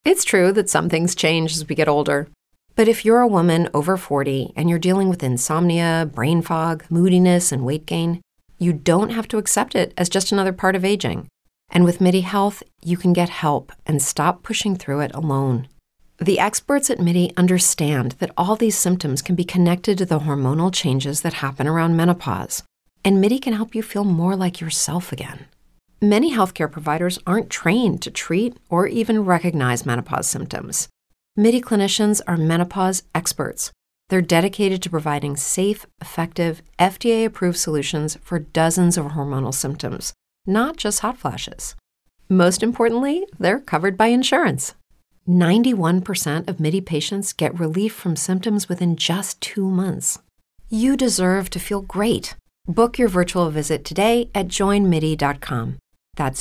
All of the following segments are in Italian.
It's true that some things change as we get older. But if you're a woman over 40 and you're dealing with insomnia, brain fog, moodiness, and weight gain, you don't have to accept it as just another part of aging. And with MIDI Health, you can get help and stop pushing through it alone. The experts at MIDI understand that all these symptoms can be connected to the hormonal changes that happen around menopause, and MIDI can help you feel more like yourself again. Many healthcare providers aren't trained to treat or even recognize menopause symptoms. MIDI clinicians are menopause experts. They're dedicated to providing safe, effective, FDA-approved solutions for dozens of hormonal symptoms, not just hot flashes. Most importantly, they're covered by insurance. 91% of MIDI patients get relief from symptoms within just 2 months. You deserve to feel great. Book your virtual visit today at joinmidi.com. That's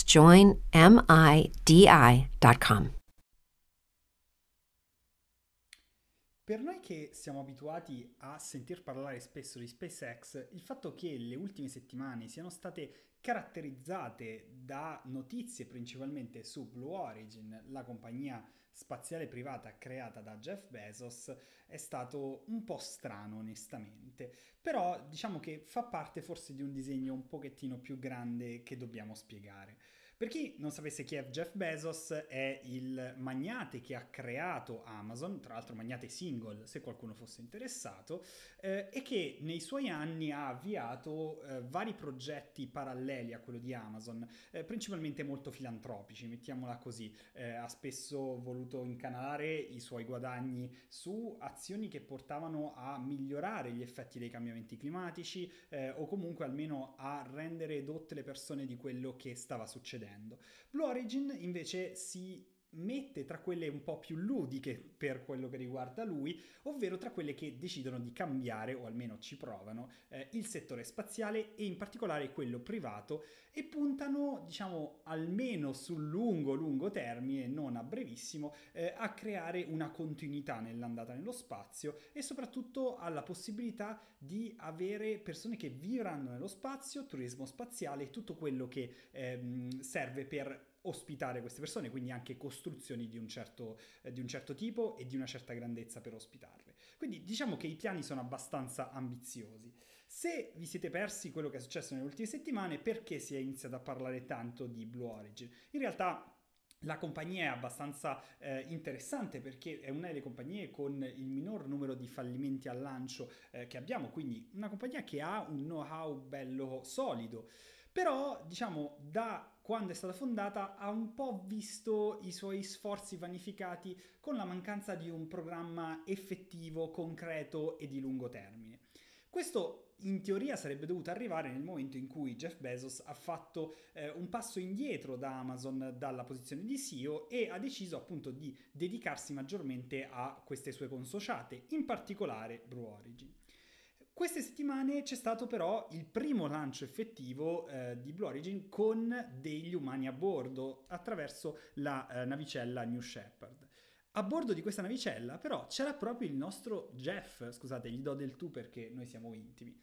joinmidi.com. Per noi che siamo abituati a sentir parlare spesso di SpaceX, il fatto che le ultime settimane siano state caratterizzate da notizie principalmente su Blue Origin, la compagnia spaziale privata creata da Jeff Bezos, è stato un po' strano onestamente. Però diciamo che fa parte forse di un disegno un pochettino più grande che dobbiamo spiegare. Per chi non sapesse chi è Jeff Bezos, è il magnate che ha creato Amazon, tra l'altro magnate single se qualcuno fosse interessato, e che nei suoi anni ha avviato vari progetti paralleli a quello di Amazon, principalmente molto filantropici, mettiamola così. Ha spesso voluto incanalare i suoi guadagni su azioni che portavano a migliorare gli effetti dei cambiamenti climatici, o comunque almeno a rendere edotte le persone di quello che stava succedendo. Blue Origin invece si mette tra quelle un po' più ludiche per quello che riguarda lui, ovvero tra quelle che decidono di cambiare, o almeno ci provano, il settore spaziale e in particolare quello privato, e puntano, diciamo, almeno sul lungo termine, non a brevissimo, a creare una continuità nell'andata nello spazio e soprattutto alla possibilità di avere persone che vivranno nello spazio, turismo spaziale e tutto quello che serve per ospitare queste persone, quindi anche costruzioni di un certo tipo e di una certa grandezza per ospitarle. Quindi diciamo che i piani sono abbastanza ambiziosi. Se vi siete persi quello che è successo nelle ultime settimane, perché si è iniziato a parlare tanto di Blue Origin? In realtà la compagnia è abbastanza interessante perché è una delle compagnie con il minor numero di fallimenti al lancio che abbiamo, quindi una compagnia che ha un know-how bello solido. Però, diciamo, da quando è stata fondata ha un po' visto i suoi sforzi vanificati con la mancanza di un programma effettivo, concreto e di lungo termine. Questo in teoria sarebbe dovuto arrivare nel momento in cui Jeff Bezos ha fatto un passo indietro da Amazon dalla posizione di CEO e ha deciso appunto di dedicarsi maggiormente a queste sue consociate, in particolare Blue Origin. Queste settimane c'è stato però il primo lancio effettivo di Blue Origin con degli umani a bordo attraverso la navicella New Shepard. A bordo di questa navicella però c'era proprio il nostro Jeff, scusate, gli do del tu perché noi siamo intimi.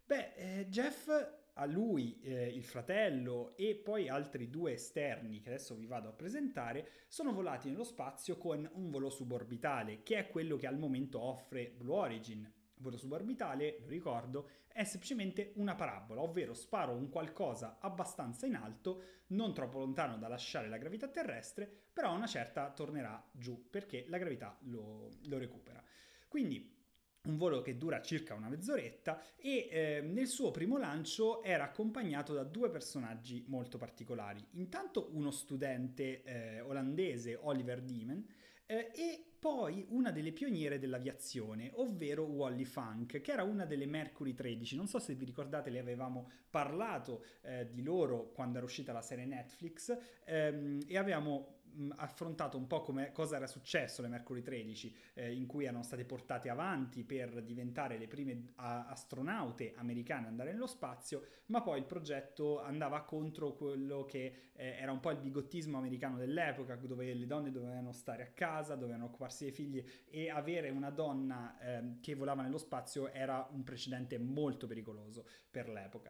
Jeff, a lui, il fratello e poi altri due esterni che adesso vi vado a presentare, sono volati nello spazio con un volo suborbitale, che è quello che al momento offre Blue Origin. Volo suborbitale, lo ricordo, è semplicemente una parabola, ovvero sparo un qualcosa abbastanza in alto, non troppo lontano da lasciare la gravità terrestre, però a una certa tornerà giù perché la gravità lo recupera. Quindi un volo che dura circa una mezz'oretta e nel suo primo lancio era accompagnato da due personaggi molto particolari. Intanto uno studente olandese, Oliver Diemen, e poi una delle pioniere dell'aviazione, ovvero Wally Funk, che era una delle Mercury 13. Non so se vi ricordate, le avevamo parlato di loro quando era uscita la serie Netflix e avevamo affrontato un po' come cosa era successo alle Mercury 13 in cui erano state portate avanti per diventare le prime astronaute americane ad andare nello spazio, ma poi il progetto andava contro quello che era un po' il bigottismo americano dell'epoca, dove le donne dovevano stare a casa, dovevano occuparsi dei figli e avere una donna che volava nello spazio era un precedente molto pericoloso per l'epoca.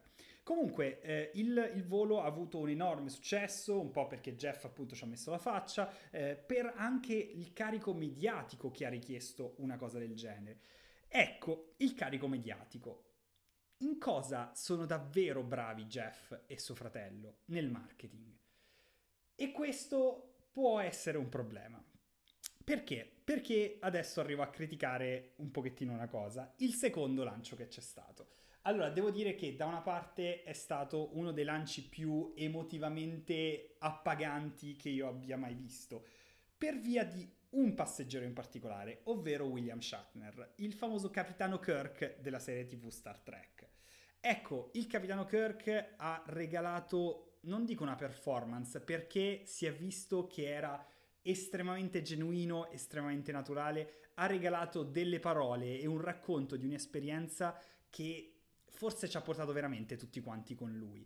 Comunque, il volo ha avuto un enorme successo, un po' perché Jeff appunto ci ha messo la faccia, per anche il carico mediatico che ha richiesto una cosa del genere. Ecco, il carico mediatico. In cosa sono davvero bravi Jeff e suo fratello? Nel marketing. E questo può essere un problema. Perché? Perché adesso arrivo a criticare un pochettino una cosa, il secondo lancio che c'è stato. Allora, devo dire che da una parte è stato uno dei lanci più emotivamente appaganti che io abbia mai visto, per via di un passeggero in particolare, ovvero William Shatner, il famoso capitano Kirk della serie TV Star Trek. Ecco, il capitano Kirk ha regalato, non dico una performance, perché si è visto che era estremamente genuino, estremamente naturale, ha regalato delle parole e un racconto di un'esperienza che forse ci ha portato veramente tutti quanti con lui.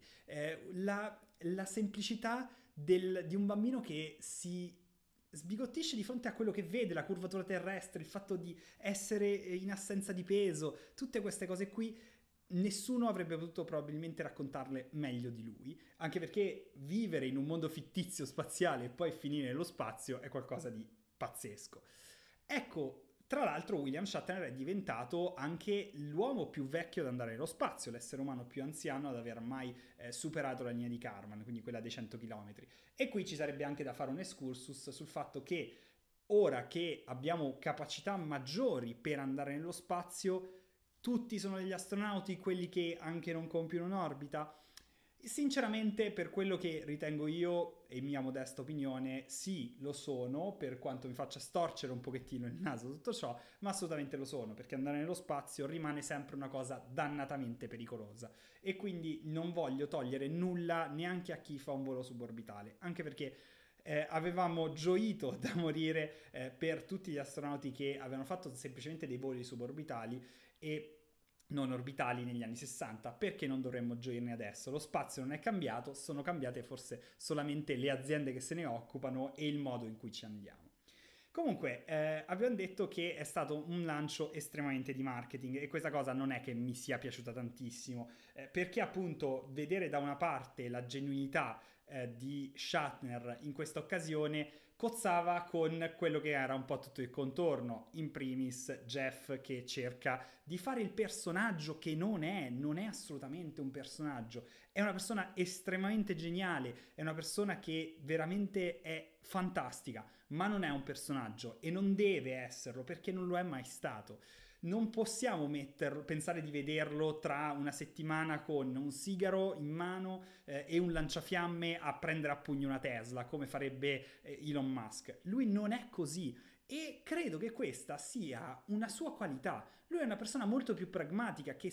La semplicità di un bambino che si sbigottisce di fronte a quello che vede, la curvatura terrestre, il fatto di essere in assenza di peso, tutte queste cose qui. Nessuno avrebbe potuto probabilmente raccontarle meglio di lui, anche perché vivere in un mondo fittizio spaziale e poi finire nello spazio è qualcosa di pazzesco. Ecco, tra l'altro William Shatner è diventato anche l'uomo più vecchio ad andare nello spazio, l'essere umano più anziano ad aver mai superato la linea di Kármán, quindi quella dei 100 km. E qui ci sarebbe anche da fare un excursus sul fatto che ora che abbiamo capacità maggiori per andare nello spazio, tutti sono degli astronauti, quelli che anche non compiono un'orbita? Sinceramente, per quello che ritengo io e mia modesta opinione, sì, lo sono, per quanto mi faccia storcere un pochettino il naso tutto ciò, ma assolutamente lo sono, perché andare nello spazio rimane sempre una cosa dannatamente pericolosa e quindi non voglio togliere nulla neanche a chi fa un volo suborbitale, anche perché avevamo gioito da morire per tutti gli astronauti che avevano fatto semplicemente dei voli suborbitali e non orbitali negli anni 60, perché non dovremmo gioirne adesso? Lo spazio non è cambiato, sono cambiate forse solamente le aziende che se ne occupano e il modo in cui ci andiamo. Comunque, abbiamo detto che è stato un lancio estremamente di marketing e questa cosa non è che mi sia piaciuta tantissimo, perché appunto vedere da una parte la genuinità di Shatner in questa occasione cozzava con quello che era un po' tutto il contorno, in primis Jeff che cerca di fare il personaggio che non è assolutamente un personaggio, è una persona estremamente geniale, è una persona che veramente è fantastica, ma non è un personaggio e non deve esserlo perché non lo è mai stato. Non possiamo pensare di vederlo tra una settimana con un sigaro in mano e un lanciafiamme a prendere a pugno una Tesla, come farebbe Elon Musk. Lui non è così e credo che questa sia una sua qualità. Lui è una persona molto più pragmatica che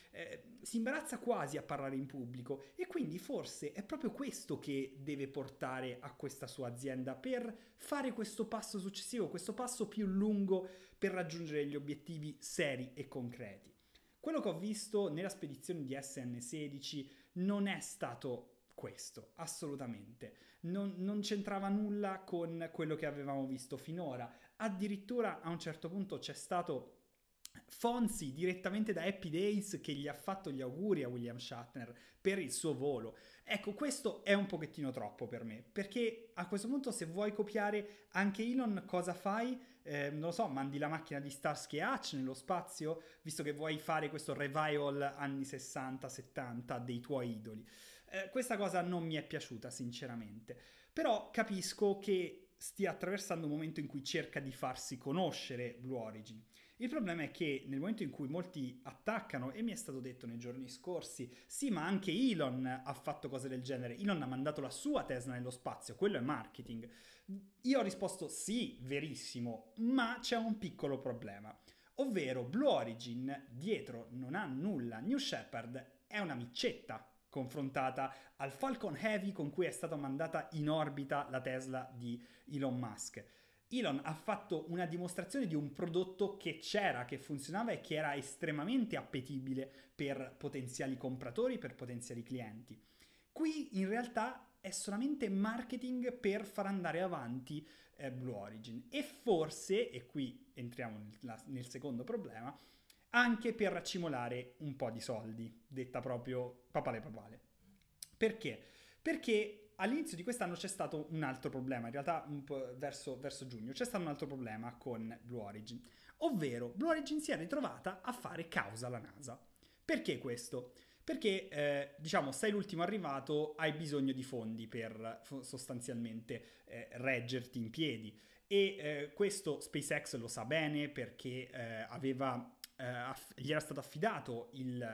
si imbarazza quasi a parlare in pubblico e quindi forse è proprio questo che deve portare a questa sua azienda per fare questo passo successivo, questo passo più lungo per raggiungere gli obiettivi seri e concreti. Quello che ho visto nella spedizione di SN16 non è stato questo, assolutamente. Non c'entrava nulla con quello che avevamo visto finora. Addirittura a un certo punto c'è stato Fonzi direttamente da Happy Days che gli ha fatto gli auguri a William Shatner per il suo volo. Ecco, questo è un pochettino troppo per me, perché a questo punto se vuoi copiare anche Elon, cosa fai? Non lo so, mandi la macchina di Starsky e Hutch nello spazio, visto che vuoi fare questo revival anni 60-70 dei tuoi idoli. Questa cosa non mi è piaciuta, sinceramente. Però capisco che stia attraversando un momento in cui cerca di farsi conoscere Blue Origin. Il problema è che nel momento in cui molti attaccano, e mi è stato detto nei giorni scorsi, sì, ma anche Elon ha fatto cose del genere, Elon ha mandato la sua Tesla nello spazio, quello è marketing. Io ho risposto sì, verissimo, ma c'è un piccolo problema, ovvero Blue Origin dietro non ha nulla, New Shepard è una micetta confrontata al Falcon Heavy con cui è stata mandata in orbita la Tesla di Elon Musk. Elon ha fatto una dimostrazione di un prodotto che c'era, che funzionava e che era estremamente appetibile per potenziali compratori, per potenziali clienti. Qui in realtà è solamente marketing per far andare avanti Blue Origin e forse, e qui entriamo nel secondo problema, anche per raccimolare un po' di soldi, detta proprio papale papale. Perché? Perché all'inizio di quest'anno c'è stato un altro problema, in realtà un po' verso giugno c'è stato un altro problema con Blue Origin, ovvero Blue Origin si è ritrovata a fare causa alla NASA. Perché questo? Perché, diciamo, sei l'ultimo arrivato, hai bisogno di fondi per sostanzialmente reggerti in piedi. E questo SpaceX lo sa bene perché gli era stato affidato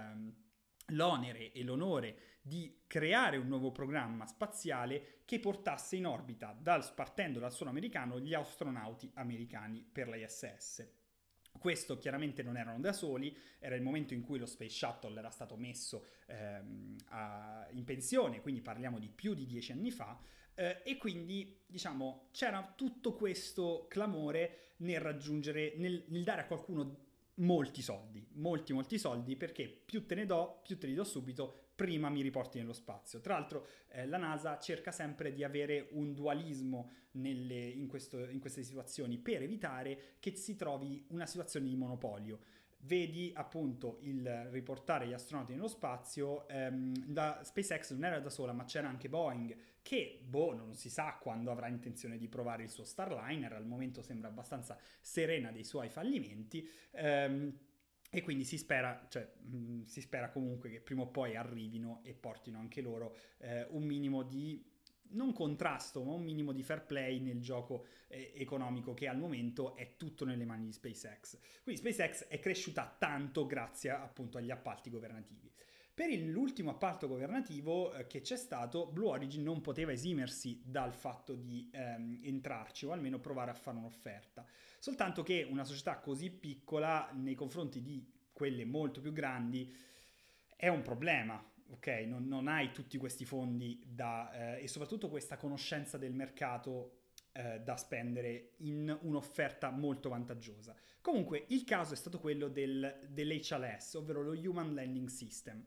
l'onere e l'onore di creare un nuovo programma spaziale che portasse in orbita, partendo dal suolo americano, gli astronauti americani per la ISS. Questo chiaramente non erano da soli, era il momento in cui lo Space Shuttle era stato messo in pensione, quindi parliamo di più di 10 anni fa, e quindi diciamo c'era tutto questo clamore nel dare a qualcuno molti soldi, molti soldi, perché più te ne do, più te li do subito, prima mi riporti nello spazio. Tra l'altro la NASA cerca sempre di avere un dualismo in queste situazioni per evitare che si trovi una situazione di monopolio. Vedi appunto il riportare gli astronauti nello spazio, da SpaceX non era da sola, ma c'era anche Boeing che, non si sa quando avrà intenzione di provare il suo Starliner, al momento sembra abbastanza serena dei suoi fallimenti, e quindi si spera comunque che prima o poi arrivino e portino anche loro un minimo di non contrasto, ma un minimo di fair play nel gioco economico che al momento è tutto nelle mani di SpaceX. Quindi SpaceX è cresciuta tanto grazie appunto agli appalti governativi. Per l'ultimo appalto governativo che c'è stato, Blue Origin non poteva esimersi dal fatto di entrarci o almeno provare a fare un'offerta. Soltanto che una società così piccola nei confronti di quelle molto più grandi è un problema. Ok, non hai tutti questi fondi e soprattutto questa conoscenza del mercato da spendere in un'offerta molto vantaggiosa. Comunque il caso è stato quello dell'HLS, ovvero lo Human Landing System.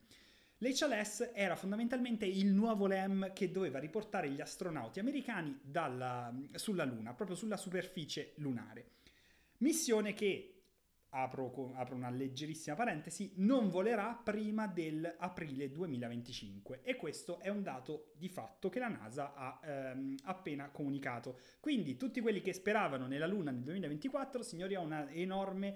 L'HLS era fondamentalmente il nuovo LEM che doveva riportare gli astronauti americani sulla Luna, proprio sulla superficie lunare. Missione che, apro una leggerissima parentesi, non volerà prima dell'aprile 2025, e questo è un dato di fatto che la NASA ha appena comunicato. Quindi tutti quelli che speravano nella Luna nel 2024, signori, ho una enorme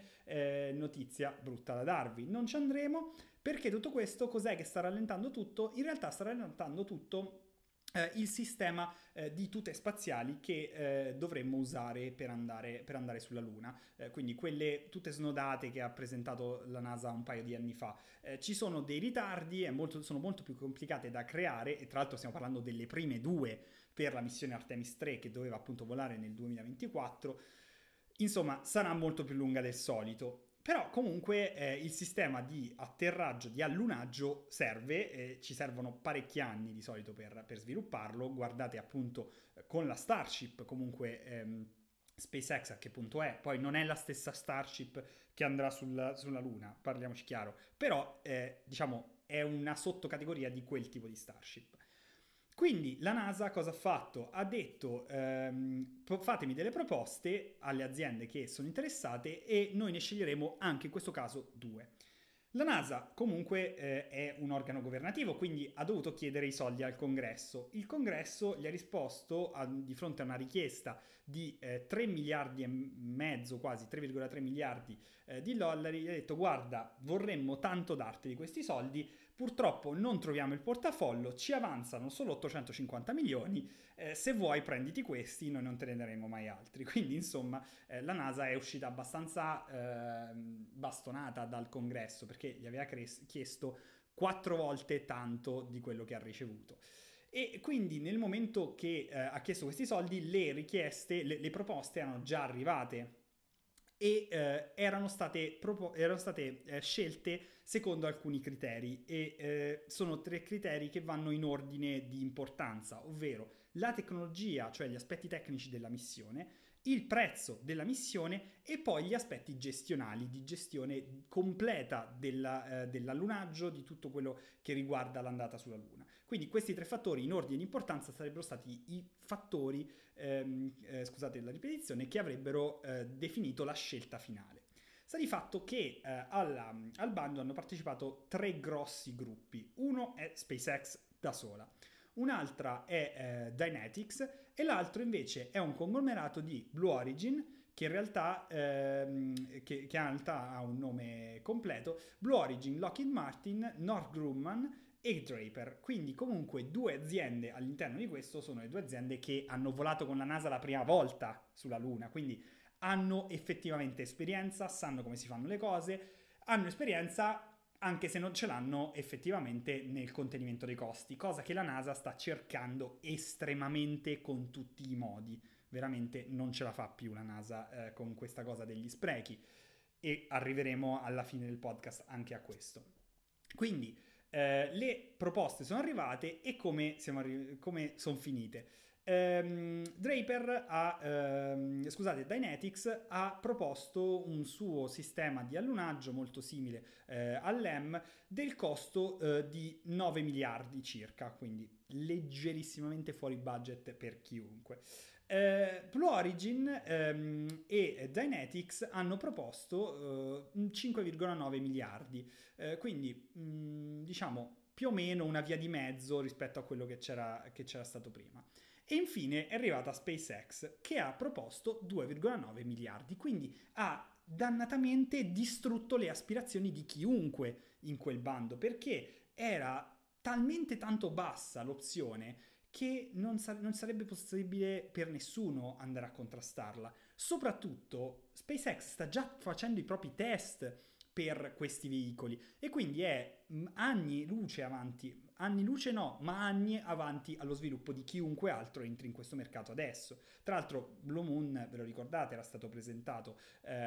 notizia brutta da darvi: non ci andremo, perché tutto questo cos'è che sta rallentando tutto? In realtà sta rallentando tutto il sistema di tute spaziali che dovremmo usare per andare sulla Luna, quindi quelle tute snodate che ha presentato la NASA un paio di anni fa. Ci sono dei ritardi, sono molto più complicate da creare, e tra l'altro stiamo parlando delle prime due per la missione Artemis 3 che doveva appunto volare nel 2024. Insomma, sarà molto più lunga del solito. Però comunque il sistema di atterraggio, di allunaggio serve, ci servono parecchi anni di solito per svilupparlo. Guardate appunto con la Starship, comunque SpaceX a che punto è. Poi non è la stessa Starship che andrà sulla Luna, parliamoci chiaro, però diciamo è una sottocategoria di quel tipo di Starship. Quindi la NASA cosa ha fatto? Ha detto fatemi delle proposte alle aziende che sono interessate e noi ne sceglieremo anche in questo caso 2. La NASA comunque è un organo governativo, quindi ha dovuto chiedere i soldi al Congresso. Il Congresso gli ha risposto di fronte a una richiesta di 3 miliardi e mezzo, quasi 3,3 miliardi di dollari. Gli ha detto: guarda, vorremmo tanto darti di questi soldi, purtroppo non troviamo il portafoglio, ci avanzano solo 850 milioni, se vuoi prenditi questi, noi non te ne daremo mai altri. Quindi insomma la NASA è uscita abbastanza bastonata dal Congresso, perché gli aveva chiesto 4 volte tanto di quello che ha ricevuto. E quindi nel momento che ha chiesto questi soldi, le proposte erano già arrivate e erano state scelte secondo alcuni criteri, e sono 3 criteri che vanno in ordine di importanza, ovvero la tecnologia, cioè gli aspetti tecnici della missione, il prezzo della missione e poi gli aspetti gestionali, di gestione completa dell'allunaggio, di tutto quello che riguarda l'andata sulla Luna. Quindi questi 3 fattori in ordine di importanza sarebbero stati i fattori, scusate la ripetizione, che avrebbero definito la scelta finale. Sta di fatto che al bando hanno partecipato 3 grossi gruppi. Uno è SpaceX da sola, un'altra è Dynetics e l'altro invece è un conglomerato di Blue Origin, che in realtà, ha un nome completo: Blue Origin, Lockheed Martin, Northrop Grumman e Draper. Quindi comunque 2 aziende all'interno di questo sono le 2 aziende che hanno volato con la NASA la prima volta sulla Luna, quindi hanno effettivamente esperienza, sanno come si fanno le cose, hanno esperienza anche se non ce l'hanno effettivamente nel contenimento dei costi, cosa che la NASA sta cercando estremamente con tutti i modi. Veramente non ce la fa più la NASA con questa cosa degli sprechi, e arriveremo alla fine del podcast anche a questo. Quindi le proposte sono arrivate e come sono finite. Dynetics ha proposto un suo sistema di allunaggio molto simile all'EM, del costo di 9 miliardi circa, quindi leggerissimamente fuori budget per chiunque. Blue Origin e Dynetics hanno proposto 5,9 miliardi, quindi diciamo più o meno una via di mezzo rispetto a quello che c'era stato prima. E infine è arrivata SpaceX, che ha proposto 2,9 miliardi, quindi ha dannatamente distrutto le aspirazioni di chiunque in quel bando, perché era talmente tanto bassa l'opzione che non sarebbe possibile per nessuno andare a contrastarla. Soprattutto SpaceX sta già facendo i propri test per questi veicoli e quindi è anni luce avanti, anni luce no, ma anni avanti allo sviluppo di chiunque altro entri in questo mercato adesso. Tra l'altro Blue Moon, ve lo ricordate, era stato presentato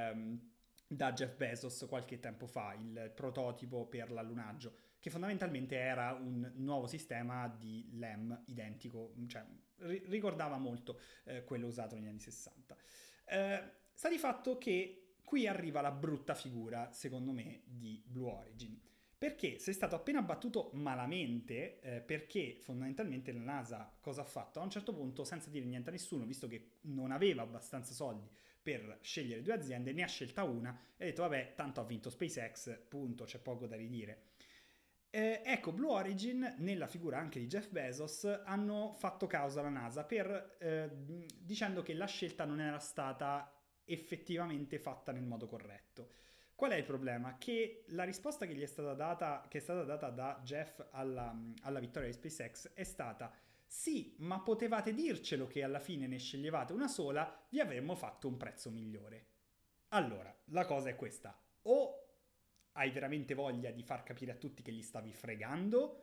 da Jeff Bezos qualche tempo fa, il prototipo per l'allunaggio, che fondamentalmente era un nuovo sistema di LEM identico, cioè ricordava molto quello usato negli anni 60. Sta di fatto che qui arriva la brutta figura, secondo me, di Blue Origin, perché sei stato appena battuto malamente, perché fondamentalmente la NASA cosa ha fatto? A un certo punto, senza dire niente a nessuno, visto che non aveva abbastanza soldi per scegliere 2 aziende, ne ha scelta una e ha detto vabbè, tanto ha vinto SpaceX, punto, c'è poco da ridire. Ecco, Blue Origin, nella figura anche di Jeff Bezos, hanno fatto causa alla NASA dicendo che la scelta non era stata effettivamente fatta nel modo corretto. Qual è il problema? Che la risposta che è stata data da Jeff alla vittoria di SpaceX è stata: sì, ma potevate dircelo che alla fine ne sceglievate una sola, vi avremmo fatto un prezzo migliore. Allora, la cosa è questa: o hai veramente voglia di far capire a tutti che gli stavi fregando,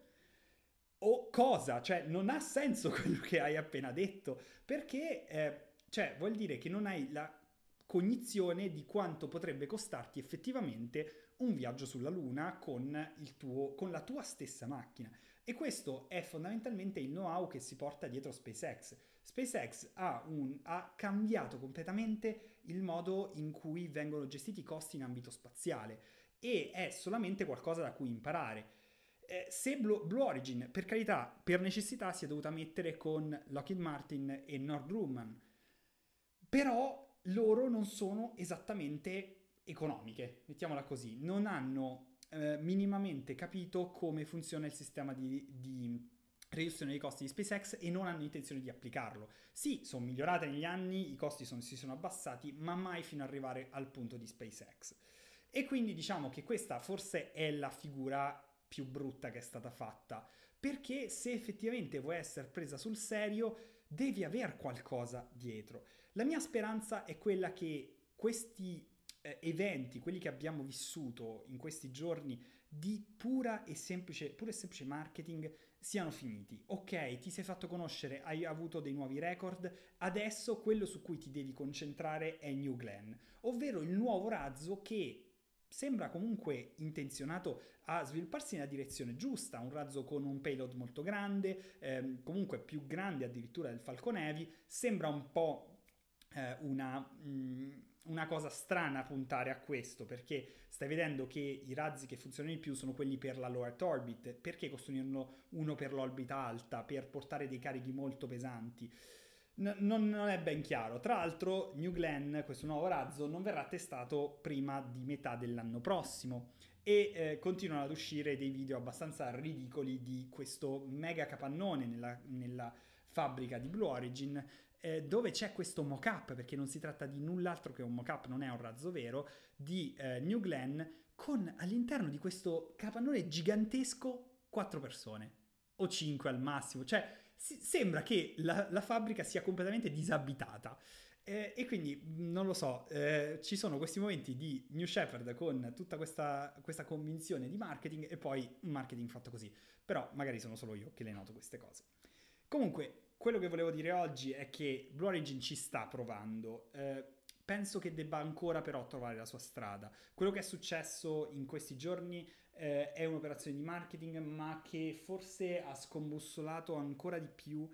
o cosa? Cioè, non ha senso quello che hai appena detto, perché vuol dire che non hai la cognizione di quanto potrebbe costarti effettivamente un viaggio sulla Luna con la tua stessa macchina. E questo è fondamentalmente il know-how che si porta dietro SpaceX. SpaceX ha cambiato completamente il modo in cui vengono gestiti i costi in ambito spaziale, e è solamente qualcosa da cui imparare. Se Blue Origin, per carità, per necessità si è dovuta mettere con Lockheed Martin e Northrop Grumman, però loro non sono esattamente economiche, mettiamola così, non hanno minimamente capito come funziona il sistema di riduzione dei costi di SpaceX e non hanno intenzione di applicarlo. Sì, sono migliorate negli anni, i costi si sono abbassati, ma mai fino ad arrivare al punto di SpaceX. E quindi diciamo che questa forse è la figura più brutta che è stata fatta, perché se effettivamente vuoi essere presa sul serio devi aver qualcosa dietro. La mia speranza è quella che questi eventi, quelli che abbiamo vissuto in questi giorni di puro e semplice marketing, siano finiti. Ok, ti sei fatto conoscere, hai avuto dei nuovi record, adesso quello su cui ti devi concentrare è New Glenn, ovvero il nuovo razzo che sembra comunque intenzionato a svilupparsi nella direzione giusta, un razzo con un payload molto grande, comunque più grande addirittura del Falcon Heavy. Sembra un po' una cosa strana puntare a questo, perché stai vedendo che i razzi che funzionano di più sono quelli per la low Earth orbit. Perché costruirne uno per l'orbita alta, per portare dei carichi molto pesanti? non è ben chiaro. Tra l'altro New Glenn, questo nuovo razzo, non verrà testato prima di metà dell'anno prossimo e continuano ad uscire dei video abbastanza ridicoli di questo mega capannone nella fabbrica di Blue Origin, dove c'è questo mock-up, perché non si tratta di null'altro che un mock-up, non è un razzo vero, di New Glenn, con all'interno di questo capannone gigantesco 4 persone, o 5 al massimo, cioè sembra che la fabbrica sia completamente disabitata. E quindi, non lo so, ci sono questi momenti di New Shepard con tutta questa convinzione di marketing e poi un marketing fatto così. Però magari sono solo io che le noto queste cose. Comunque, quello che volevo dire oggi è che Blue Origin ci sta provando. Penso che debba ancora però trovare la sua strada. Quello che è successo in questi giorni è un'operazione di marketing, ma che forse ha scombussolato ancora di più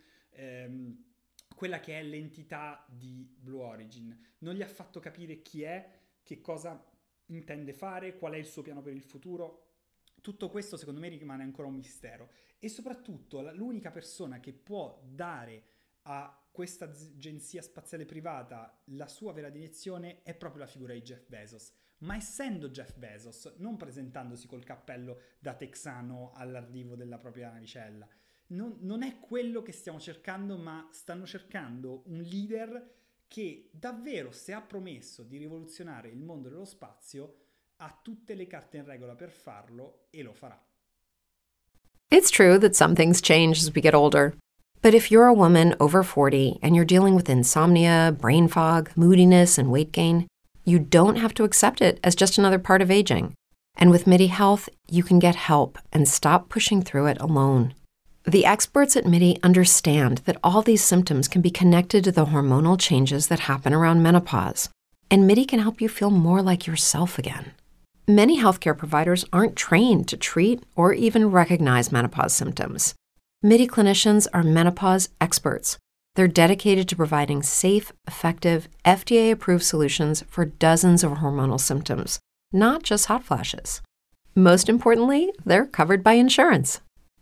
quella che è l'entità di Blue Origin. Non gli ha fatto capire chi è, che cosa intende fare, qual è il suo piano per il futuro. Tutto questo secondo me rimane ancora un mistero. E soprattutto l'unica persona che può dare a questa agenzia spaziale privata la sua vera direzione è proprio la figura di Jeff Bezos. Ma essendo Jeff Bezos, non presentandosi col cappello da texano all'arrivo della propria navicella, non è quello che stiamo cercando, ma stanno cercando un leader che davvero, se ha promesso di rivoluzionare il mondo dello spazio, ha tutte le carte in regola per farlo e lo farà. It's true that some things change as we get older. But if you're a woman over 40 and you're dealing with insomnia, brain fog, moodiness, and weight gain, you don't have to accept it as just another part of aging. And with MIDI Health, you can get help and stop pushing through it alone. The experts at MIDI understand that all these symptoms can be connected to the hormonal changes that happen around menopause. And MIDI can help you feel more like yourself again. Many healthcare providers aren't trained to treat or even recognize menopause symptoms. MIDI clinicians are menopause experts. They're dedicated to providing safe, effective, FDA-approved solutions for dozens of hormonal symptoms, not just hot flashes. Most importantly, they're covered by insurance.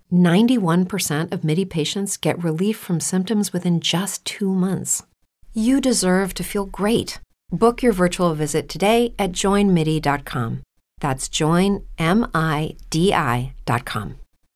91% of MIDI patients get relief from symptoms within just 2 months. You deserve to feel great. Book your virtual visit today at joinmidi.com. That's joinmidi.com.